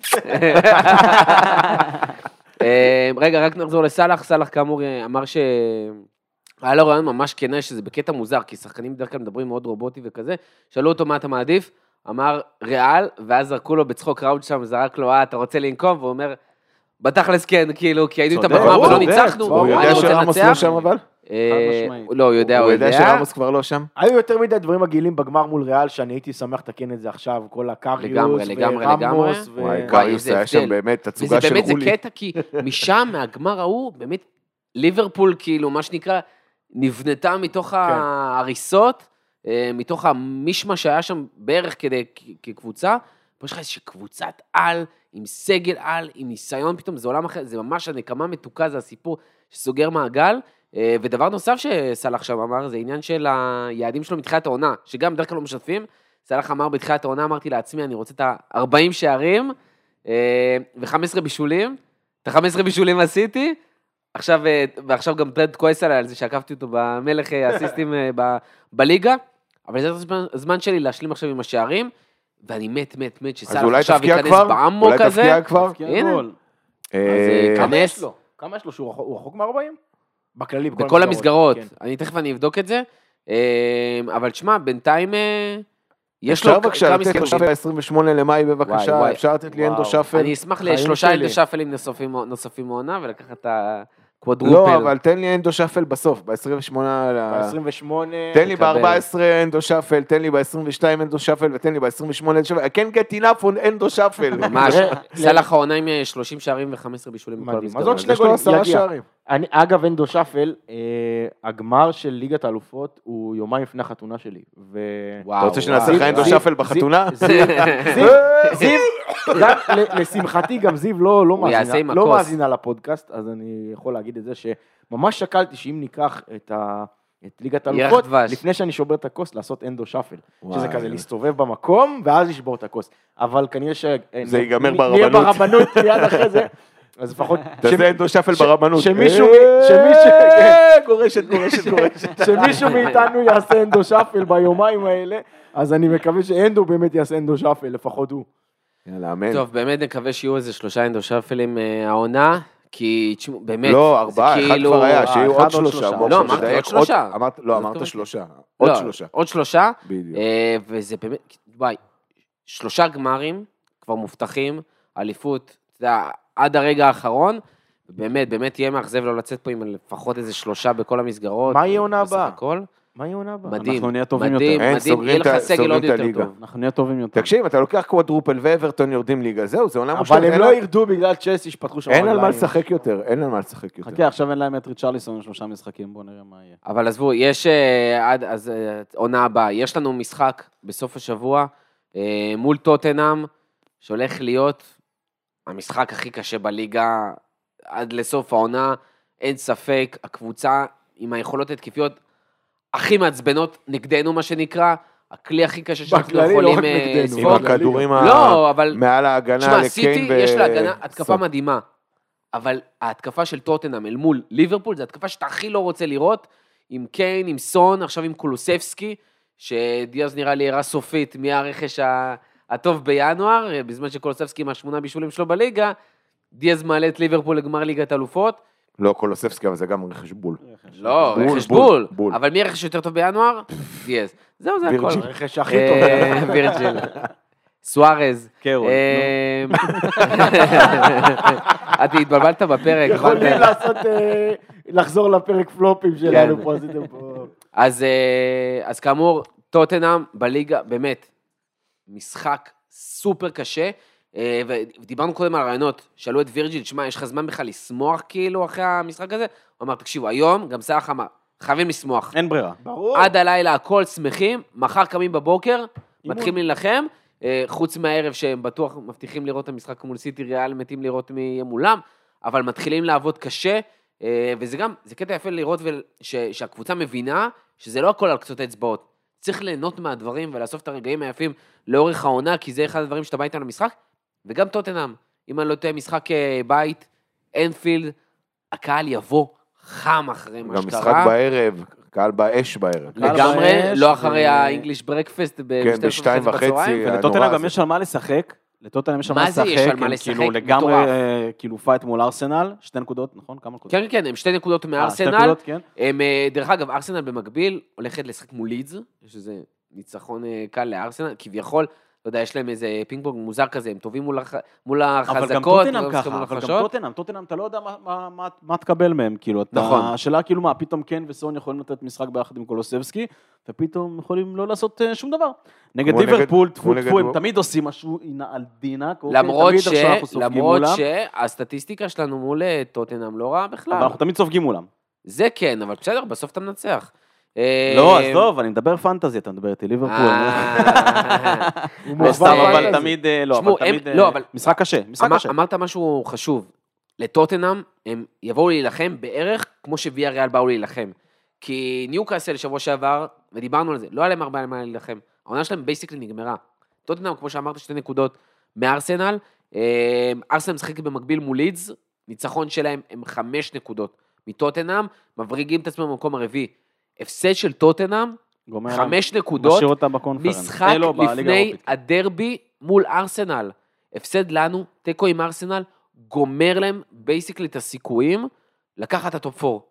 רגע, רק נחזור לסלח. סלח כאמור אמר היה לו רעיון ממש כנה, שזה בקטע מוזר, כי שחקנים בדרך כלל מדברים מאוד רובוטי וכזה. שאלו אותו מה אתה מעדיף, אמר ריאל, ואז זרקו לו בצחוק ראוד שם, זרק לו, אתה רוצה לנקום? והוא אומר, בתכלס כן, כאילו, כי היינו איתם בגמר ולא ניצחנו, הוא אני יודע רוצה שרמוס לא לנצח. שם אבל? משמעית. לא, הוא יודע, הוא יודע שרמוס כבר לא שם? היו יותר מדי דברים מגעילים בגמר מול ריאל, שאני הייתי שמח לתקן את זה עכשיו, כל הקריוס לגמרי. ורמוס. וואי, איזה קריוס היה שם הבדל. באמת, וזה תצוגה של באמת, זה רולי. קטע, כי משם, מהגמר ההוא, באמת, ליברפול, כאילו, מה שנקרא, נבנתה מתוך ההריסות, מתוך המשמע שהיה שם בערך כקבוצה, פה יש לך איזושהי קבוצת על, עם סגל על, עם ניסיון פתאום, זה עולם אחר, זה ממש הנקמה מתוקה, זה הסיפור שסוגר מעגל, ודבר נוסף שסלח שם אמר, זה עניין של היעדים שלו מתחילת העונה, שגם בדרך כלל לא משתפים, סלח אמר בתחילת העונה, אמרתי לעצמי, אני רוצה את 40 שערים, ו-15 בישולים, את ה-15 בישולים עשיתי, ועכשיו גם טרד כועס עליי על זה שעקבתי אותו במלך אסיסטים בליגה, אבל זה הזמן שלי להשלים עכשיו עם השערים, ואני מת שסלח עכשיו ייכנס באמוק אולי הזה. תפקיע כבר? הנה. אז כמה יש כנס לו? כמה יש לו שהוא רחוק מ-40? בכללי, בכל המסגרות. כן. אני אבדוק את זה, אבל תשמע, בינתיים יש לו אפשר בבקשה כמה לתת לו מסגרות. 28 למאי בבקשה, וואי. אפשר לתת לי אנדו שפל? אני אשמח חיים ל3 שלי. אנדו שפלים נוספים מעונה, ולקחת את הקוואדרופל. לא, אבל תן לי אנדו שפל בסוף, ב-28... ב-28... תן לי ב-14 אנדו שפל, תן לי ב-22 אנדו שפל, ותן לי ב-28 אנדו שפל. I can get enough on אנדו שפל. ממש, סלח העונה עם 30 שערים ו-15 בישולים בכל מדהים. המסגרות. אז עוד שני יש לו גולים, 10 יגיע. שערים. אגב, אנדו שפל, הגמר של ליגת האלופות הוא יומיים לפני החתונה שלי. וואו, אתה רוצה שנעשה וואו. לך אנדו שפל בחתונה? זיו, לשמחתי גם זיו לא יעשה עם לא הכוס. מאזינה לפודקאסט, אז אני יכול להגיד את זה שממש שקלתי שאם ניקח את ליגת ירח האלופות, דבש. לפני שאני שובר את הכוס, לעשות אנדו שפל. וואי. שזה כזה להסתובב במקום, ואז לשבור את הכוס. אבל כנראה זה ייגמר נהיה ברבנות. ברבנות מיד אחרי זה. אז לפחות... תעשה אנדו שפל ברבנות. שמישהו... גורשת. שמישהו מאיתנו יעשה אנדו שפל ביומיים האלה, אז אני מקווה שאנדו באמת יעשה אנדו שפל, לפחות הוא. יאללה, אמן. טוב, באמת נקווה שיהיו איזה 3 אנדו שפלים העונה, כי תשמעו, באמת, לא, זה 4, אחד כאילו- כבר היה, שיהיו עוד אחד, עוד 3. שלושה. בוא, לא, בוא, אמרתי תדייק. עוד 3. לא, אמרת טוב. 3. לא, עוד 3. עוד 3, בדיוק. וזה באמת, וואי, 3 גמרים כבר מובטחים, אליפות, אתה יודע, עד הרגע האחרון, באמת יהיה מאכזב לא לצאת פה עם לפחות איזה 3 בכל המסגרות. מה יהיה עונה בסך הבאה? הכל. מה יהיה עונה הבאה? מדהים, אנחנו נהיה טובים מדהים, יותר. אין, מדהים, סוגרים יהיה לך את ה- סגל סוגרים עוד את יותר הליגה. טוב. אנחנו נהיה טובים יותר. תקשיב, אתה לוקח קוואדרופל ואברטון יורדים ליגה, זהו, זה עונה מושלמת. אבל הם לא ירדו בגלל צ'לסי שפתחו שם אין על מה רגליים. לשחק יותר, אין על מה לשחק יותר. חכה, עכשיו אין להם את ריצ'רליסון 3 משחקים, בואו נראה מה יהיה. אבל עזבו, יש אז עונה הבאה, יש לנו משחק בסוף השבוע מול טוטנהאם, שהולך להיות המשחק הכי קשה בליגה עד לסוף העונה, אין ספק, הקבוצה עם היכולות התקפיות הכי מעצבנות נגדנו, מה שנקרא, הכלי הכי קשה שאנחנו בכללי, לא יכולים רק נגדנו. עם לספוג. הכדורים לא, אבל... מעל ההגנה תשמע, לקיין סיטי יש לה הגנה, התקפה מדהימה, אבל ההתקפה של טוטנהאם אל מול ליברפול, זו התקפה שאתה הכי לא רוצה לראות, עם קיין, עם סון, עכשיו עם קולוספסקי, שדיאז נראה לי הראה סופית מהרכש הטוב בינואר, בזמן שקולוספסקי עם 8 בישולים שלו בליגה, דיאז מעלה את ליברפול לגמר ליגת אלופות. לא קולוספסקי, אבל זה גם רכש בול. לא, בול, רכש בול, בול. בול. אבל מי הרכש יותר טוב בינואר? דיאז. זהו, זה הכל. וירג'יל. הרכש הכי טוב. וירג'יל. סוארז. קרול, אתה התבלבלת בפרק. יכולים לעשות, לחזור לפרק פלופים שלנו פה, עשיתם פה. אז כאמור, טוטנהאם בליגה, באמת, משחק סופר קשה, ודיברנו קודם על הרעיונות, שאלו את וירג'יל, שמע, יש לך זמן בכלל לשמוח כאילו אחרי המשחק הזה? הוא אמר, תקשיבו, היום, גם סלח אמר, חייבים לשמוח. אין ברירה. ברור. עד הלילה הכל שמחים, מחר קמים בבוקר, מתחילים להילחם, חוץ מהערב שהם בטוח מבטיחים לראות את המשחק מול סיטי, ריאל מתים לראות מי יהיה מולם, אבל מתחילים לעבוד קשה, וזה גם, זה קטע יפה לראות שהקבוצה מבינה שזה לא הכל על קצות האצבעות. צריך ליהנות מהדברים ולאסוף את הרגעים היפים לאורך העונה, כי זה אחד הדברים שאתה בא איתנו למשחק, וגם טוטנהאם, אם אני לא טועה, משחק בית, אנפילד, הקהל יבוא חם אחרי מה גם שקרה. משחק בערב, קהל באש בערב. לגמרי, באש, לא אחרי האנגליש ברקפסט כן, בשתיים וחצי. ולטוטנהאם גם יש על מה לשחק. לטוטנהאם יש על מה מה זה יש על לשחק. מה הם לשחק? כאילו לגמרי, מטורף. כאילו פייט מול ארסנל, 2 נקודות, נכון? כמה נקודות? כן, כן, הם 2 נקודות 2 מארסנל. נקודות, כן. הם, דרך אגב, ארסנל במקביל הולכת לשחק מול לידס, שזה ניצחון קל לארסנל, כביכול, לא יודע, יש להם איזה פינג פונג מוזר כזה, הם טובים מול החזקות. אבל גם טוטנהאם ככה, אבל גם טוטנהאם, אתה לא יודע מה תקבל מהם, כאילו, נכון. השאלה כאילו מה, פתאום קן וסון יכולים לתת משחק ביחד עם קולוסבסקי, ופתאום יכולים לא לעשות שום דבר. נגד ליברפול, טפו, הם תמיד עושים משהו על דינה, למרות שהסטטיסטיקה שלנו מול טוטנהאם לא רעה בכלל. אבל אנחנו תמיד סופגים מולם. זה כן, אבל בסדר, בסוף אתה מנצח. לא, אז טוב, אני מדבר פנטזי, אתה מדבר איתי ליברפול. הוא סתם, אבל תמיד, לא, אבל משחק קשה, משחק קשה. אמרת משהו חשוב, לטוטנהאם הם יבואו להילחם בערך כמו שוויה ריאל באו להילחם. כי ניוקאסל שבוע שעבר, ודיברנו על זה, לא היה להם הרבה מה להילחם. העונה שלהם בייסיקלי נגמרה. טוטנהאם, כמו שאמרת, 2 נקודות מארסנל. ארסנל משחק במקביל מול לידס, ניצחון שלהם הם 5 נקודות מטוטנהאם, מבריגים את עצמם במקום הרביעי. הפסד של טוטנהאם, 5 נקודות, משחק לפני הדרבי מול ארסנל. הפסד לנו, תיקו עם ארסנל, גומר להם בייסיקלי את הסיכויים, לקחת את הטופ 4.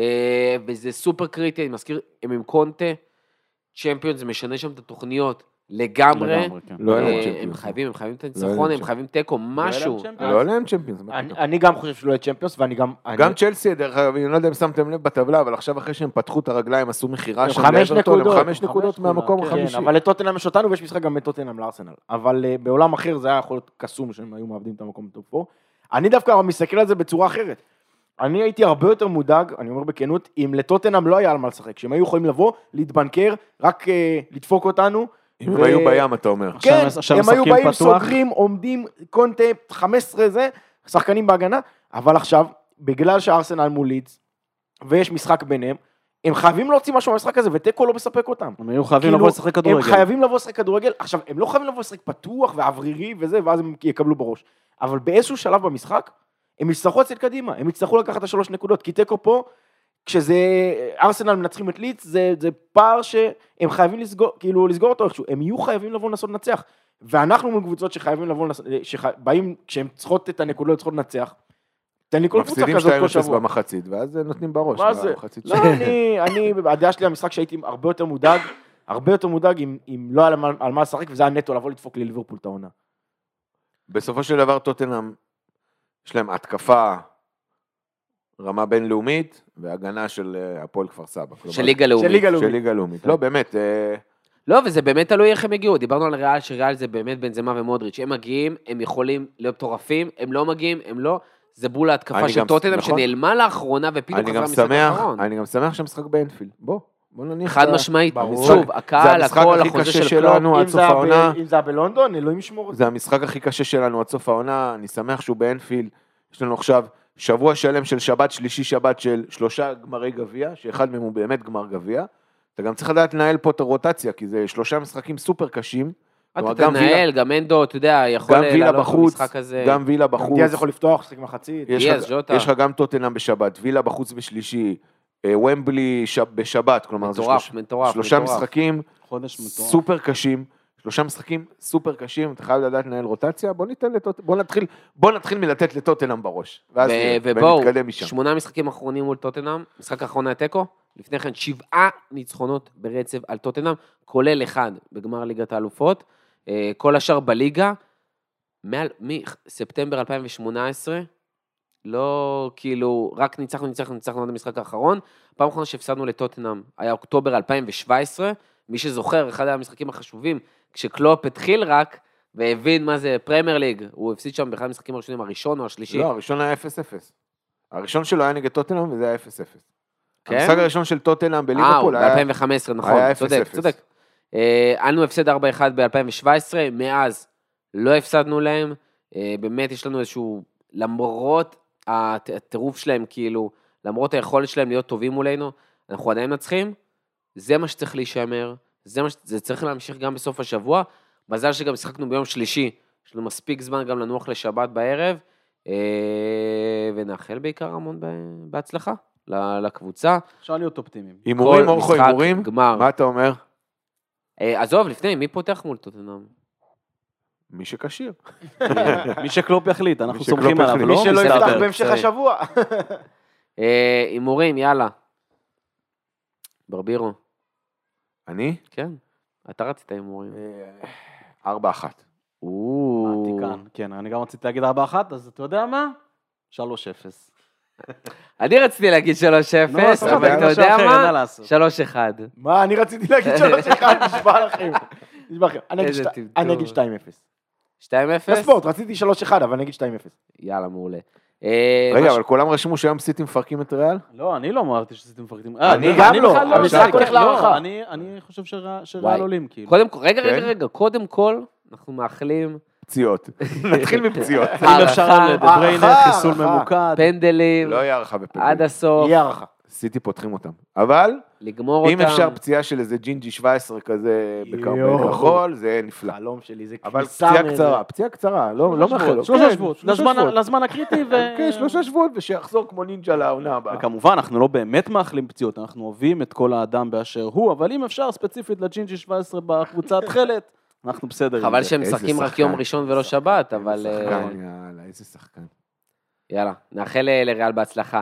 וזה סופר קריטי, אני מזכיר, הם עם קונטה, צ'מפיונס, זה משנה שם את התוכניות לגמרי. הם חייבים את הניצחון, הם חייבים תיקו, משהו. לא עליהם צ'מפיונס. אני גם חושב שלא יהיה צ'מפיונס, ואני גם... גם צ'לסי, דרך אגב, אני לא יודע אם שמתם לב בטבלה, אבל עכשיו אחרי שהם פתחו את הרגליים, עשו מחירה שם לאברטון, הם 5 נקודות מהמקום החמישי. אבל לטוטנהאם יש אותנו, ויש משחק גם לטוטנהאם לארסנל. אבל בעולם אחר זה היה יכול להיות קסום, שהם היו מאבדים את המקום בטופ 4. אני דווקא מסתכל על זה בצורה אחרת. אני הייתי הרבה יותר מודאג, אני אומר בכנות, אם לטוטנהאם לא היה על מה לשחק, שהם היו יכולים לבוא, להתבנקר, רק לדפוק אותנו. אם הם היו בים, אתה אומר. כן, הם היו באים, סוגרים, עומדים, קונטה, 15 זה, שחקנים בהגנה, אבל עכשיו, בגלל שהארסנל מול לידס, ויש משחק ביניהם, הם חייבים להוציא משהו מהמשחק הזה, וטקו לא מספק אותם. הם היו חייבים לבוא לשחק כדורגל. הם חייבים לבוא לשחק כדורגל, עכשיו, הם לא חייבים לבוא לשחק פתוח ואוורירי וזה, ואז הם יקבלו בראש. אבל באיזשהו שלב במשחק, הם יצטרכו לצאת קדימה, הם יצטרכו לקחת את 3 נקודות, כי טקו פה, כשזה ארסנל מנצחים את לידס, זה פער שהם חייבים לסגור אותו איכשהו, הם יהיו חייבים לבוא לנסות לנצח, ואנחנו מול קבוצות שחייבים לבוא, שבאים, כשהם צריכות את הנקודות, צריכות לנצח, תן לי כל קבוצה כזאת כל שבוע. מפסידים 2-0 במחצית, ואז נותנים בראש. מה זה? לא, אני, הדעה שלי המשחק שהייתי הרבה יותר מודאג, אם לא היה על מה לשחק, וזה היה נטו לבוא לדפוק לליברפול את העונה. בסופו של דבר טוטנהאם, יש להם התקפה רמה בינלאומית, והגנה של הפועל כפר סבא. של ליגה לאומית. של ליגה לאומית. לא, באמת. לא, וזה באמת תלוי איך הם הגיעו. דיברנו על ריאל, שריאל זה באמת בנזמה ומודריץ'. הם מגיעים, הם יכולים להיות מטורפים, הם לא מגיעים, הם לא. זה בול ההתקפה של טוטנהאם שנעלמה לאחרונה, ופתאום חזרה משחק האחרון. אני גם שמח שהמשחק באנפילד. בוא נניח. חד משמעית. שוב, הקהל, הכל, החוזה של קלופ. אם זה היה בלונדון, אלוהים ישמור. זה המשחק הכי קשה שלנו עד סוף העונה. אני שמח שהוא באנפילד. יש לנו עכשיו שבוע שלם של שבת, שלישי שבת של 3 גמרי גביע, שאחד מהם הוא באמת גמר גביע. אתה גם צריך לדעת לנהל פה את הרוטציה, כי זה 3 משחקים סופר קשים. אתה תנהל, גם אנדו, אתה יודע, יכול גם וילה לעלות בחוץ, במשחק הזה. גם וילה בחוץ. דיאז יכול לפתוח, שחק מחצית. דיאז, ז'וטה. יש לך גם טוטנהאם בשבת, וילה בחוץ בשלישי, ומבלי בשבת, כלומר זה מטורף. 3 משחקים חודש מטורף. סופר קשים, 3 משחקים סופר קשים, אתה חייב לדעת לנהל רוטציה, בוא נתחיל מלתת לטוטנהאם בראש, ואז נתקדם משם. 8 משחקים אחרונים מול טוטנהאם, משחק האחרון היה תיקו, לפני כן 7 ניצחונות ברצף על טוטנהאם, כולל 1 בגמר ליגת האלופות, כל השאר בליגה, מספטמבר 2018, לא כאילו, רק ניצחנו עד המשחק האחרון, פעם אחרונה שהפסדנו לטוטנהאם, היה אוקטובר 2017, מי שזוכר, אחד המשחקים החשובים, כשקלופ התחיל רק, והבין מה זה פרמייר ליג, הוא הפסיד שם באחד המשחקים הראשונים, הראשון או השלישי. לא, הראשון היה 0-0. הראשון שלו היה נגד טוטנהאם, וזה היה 0-0. כן? המשחק הראשון של טוטנהאם בליברפול היה... ב-2015, נכון, היה 0-0. צודק. ענו הפסד 4-1 ב-2017, מאז לא הפסדנו להם, באמת יש לנו איזשהו, למרות הטירוף שלהם, כאילו, למרות היכולת שלהם להיות טובים מולנו, אנחנו עדיין נצחים, זה מה שצריך להישמר, זה צריך להמשיך גם בסוף השבוע, מזל שגם שחקנו ביום שלישי, יש לנו מספיק זמן גם לנוח לשבת בערב, ונאחל בעיקר המון בהצלחה לקבוצה. אפשר להיות אופטימיים. הימורים, אורחו, הימורים? גמר. מה אתה אומר? עזוב, לפני, מי פותח מול טוטנהאם? מי שקשיר. מי שקלופ יחליט, אנחנו מי שקלופ סומכים עליו, יחליט. לא מי שלא מסתבר. יפתח בהמשך השבוע. הימורים, יאללה. ברבירו. אני? כן, אתה רצית הימורים. 4-1. באתי כאן, כן, אני גם רציתי להגיד 4-1, אז אתה יודע מה? 3-0. אני רציתי להגיד 3-0, אבל אתה יודע מה? 3-1. מה, אני רציתי להגיד 3-1, נשבע לכם. אני אגיד 2-0. 2-0? בספורט, רציתי 3-1, אבל אני אגיד 2-0. יאללה, מעולה. רגע, אבל כולם רשמו שהיום סיטי מפרקים את ריאל? לא, אני לא אמרתי שעשיתם מפרקים. אני גם לא, המשחק הולך להערכה. אני חושב שריאל עולים, כאילו. רגע, קודם כל, אנחנו מאחלים פציעות. נתחיל מפציעות. אם אפשר לדבריינה, חיסול ממוקד. פנדלים, לא יהיה הערכה בפנדלים. עד הסוף, יהיה הערכה. סיטי פותחים אותם. אבל, לגמור אותם. אם אפשר פציעה של איזה ג'ינג'י 17 כזה בכחול, זה נפלא. חלום שלי, זה אבל כניסה פציעה קצרה, לא מאחל. 3 שבועות, לזמן הקריטי. כן, 3 שבועות, ושיחזור כמו נינג'ה לעונה הבאה. וכמובן, אנחנו לא באמת מאחלים פציעות, אנחנו אוהבים את כל האדם באשר הוא, אבל אם אפשר ספציפית לג'ינג'י 17 בקבוצה התחלת, אנחנו בסדר. חבל שהם איזה משחקים רק שחקן. יום ראשון ולא שבת, אבל... שחקן, יאללה, איזה שחקן. יאללה, נאחל לריאל בהצלחה.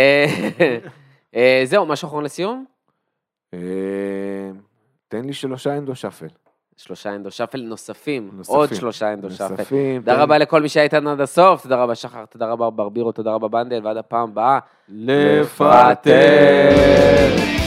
זהו, משהו אחרון לסיום? תן לי 3 אנדו שפל. 3 אנדו שפל נוספים, עוד 3 אנדו שפל. נוספים. תודה רבה לכל מי שהיה איתנו עד הסוף, תודה רבה שחר, תודה רבה ברבירו, תודה רבה בנדל, ועד הפעם הבאה. לפטר.